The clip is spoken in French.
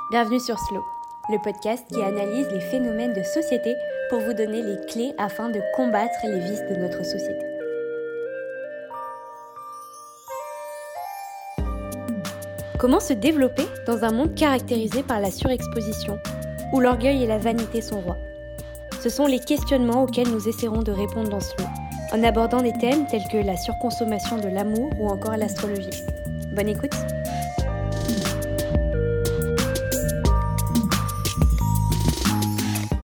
Bienvenue sur Slow, le podcast qui analyse les phénomènes de société pour vous donner les clés afin de combattre les vices de notre société. Comment se développer dans un monde caractérisé par la surexposition, où l'orgueil et la vanité sont rois? Ce sont les questionnements auxquels nous essaierons de répondre dans Slow, en abordant des thèmes tels que la surconsommation de l'amour ou encore l'astrologie. Bonne écoute!